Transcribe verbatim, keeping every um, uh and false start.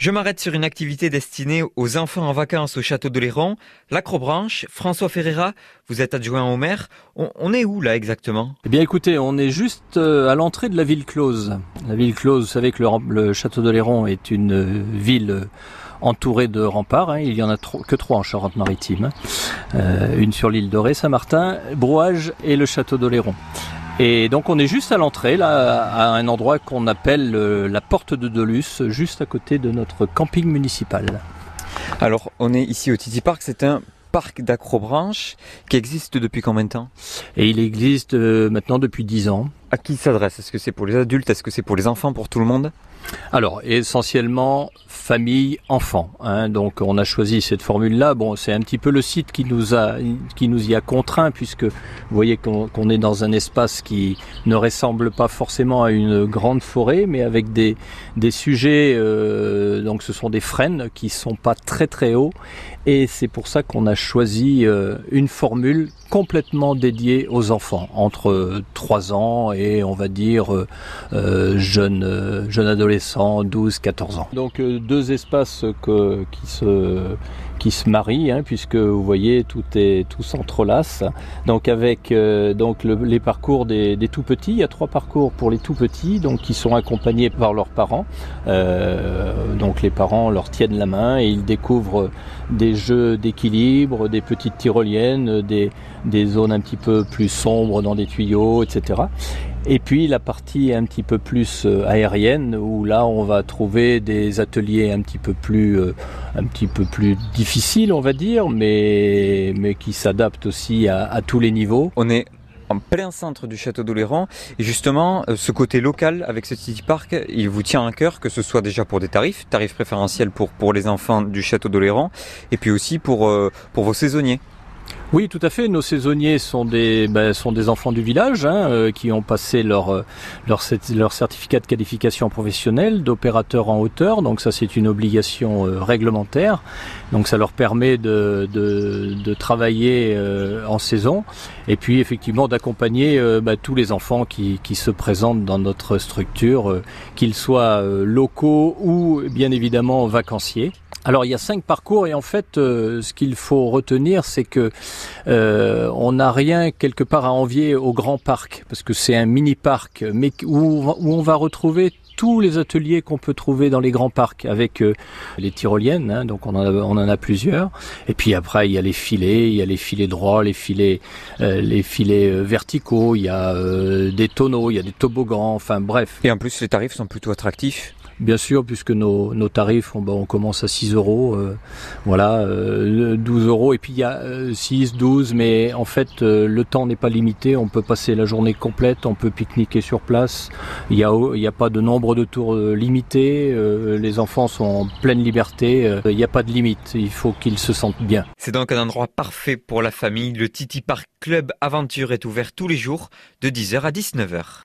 Je m'arrête sur une activité destinée aux enfants en vacances au château d'Oléron, l'Acrobranche. François Ferreira, vous êtes adjoint au maire. On, on est où là exactement? Eh bien écoutez, on est juste à l'entrée de la ville close. La ville close, vous savez que le, le château d'Oléron est une ville entourée de remparts. Hein. Il y en a tro- que trois en Charente-Maritime. Euh, une sur l'île d'Orée, Saint-Martin, Brouage et le château d'Oléron. Et donc on est juste à l'entrée, là, à un endroit qu'on appelle euh, la porte de Dolus, juste à côté de notre camping municipal. Alors on est ici au Titi Park, c'est un parc d'Acrobranche qui existe depuis combien de temps? Et il existe euh, maintenant depuis dix ans. À qui il s'adresse? Est-ce que c'est pour les adultes? Est-ce que c'est pour les enfants, pour tout le monde? Alors, essentiellement famille, enfants. Hein, donc, on a choisi cette formule-là. Bon, c'est un petit peu le site qui nous a, qui nous y a contraint, puisque vous voyez qu'on, qu'on est dans un espace qui ne ressemble pas forcément à une grande forêt, mais avec des des sujets. Euh, donc, ce sont des frênes qui sont pas très très hauts, et c'est pour ça qu'on a choisi euh, une formule complètement dédiée aux enfants, entre trois ans et on va dire euh, euh, jeunes euh, jeunes adolescents, douze quatorze ans. Donc euh, deux espaces que, qui se qui se marient, hein, puisque vous voyez tout est tout s'entrelace. Donc avec euh, donc le, les parcours des, des tout petits, il y a trois parcours pour les tout petits, donc qui sont accompagnés par leurs parents. Euh, donc les parents leur tiennent la main et ils découvrent des jeux d'équilibre, des petites tyroliennes, des des zones un petit peu plus sombres dans des tuyaux, et cetera. Et puis la partie un petit peu plus aérienne où là on va trouver des ateliers un petit peu plus euh, un petit peu plus difficiles, on va dire, mais mais qui s'adaptent aussi à, à tous les niveaux. On est en plein centre du château d'Oléron et justement ce côté local avec ce Titi Park, il vous tient à cœur, que ce soit déjà pour des tarifs, tarifs préférentiels pour pour les enfants du château d'Oléron et puis aussi pour euh, pour vos saisonniers. Oui, tout à fait. Nos saisonniers sont des ben, sont des enfants du village hein, euh, qui ont passé leur leur leur certificat de qualification professionnelle d'opérateur en hauteur. Donc ça, c'est une obligation euh, réglementaire. Donc ça leur permet de de, de travailler euh, en saison et puis effectivement d'accompagner euh, ben, tous les enfants qui qui se présentent dans notre structure, euh, qu'ils soient euh, locaux ou bien évidemment vacanciers. Alors il y a cinq parcours et en fait euh, ce qu'il faut retenir c'est que euh, on n'a rien quelque part à envier au grand parc parce que c'est un mini parc mais où, où on va retrouver tous les ateliers qu'on peut trouver dans les grands parcs avec euh, les tyroliennes, hein, donc on en, a, on en a plusieurs. Et puis après il y a les filets, il y a les filets droits, les filets, euh, les filets euh, verticaux, il y a euh, des tonneaux, il y a des toboggans, enfin bref. Et en plus les tarifs sont plutôt attractifs. Bien sûr, puisque nos, nos tarifs, on, ben, on commence à six euros, euh, voilà, euh, douze euros, et puis il y a euh, six, douze, mais en fait, euh, le temps n'est pas limité, on peut passer la journée complète, on peut pique-niquer sur place, il n'y a, il y a pas de nombre de tours euh, limité, euh, les enfants sont en pleine liberté, euh, il n'y a pas de limite, il faut qu'ils se sentent bien. C'est donc un endroit parfait pour la famille, le Titi Park Club Aventure est ouvert tous les jours de dix heures à dix-neuf heures.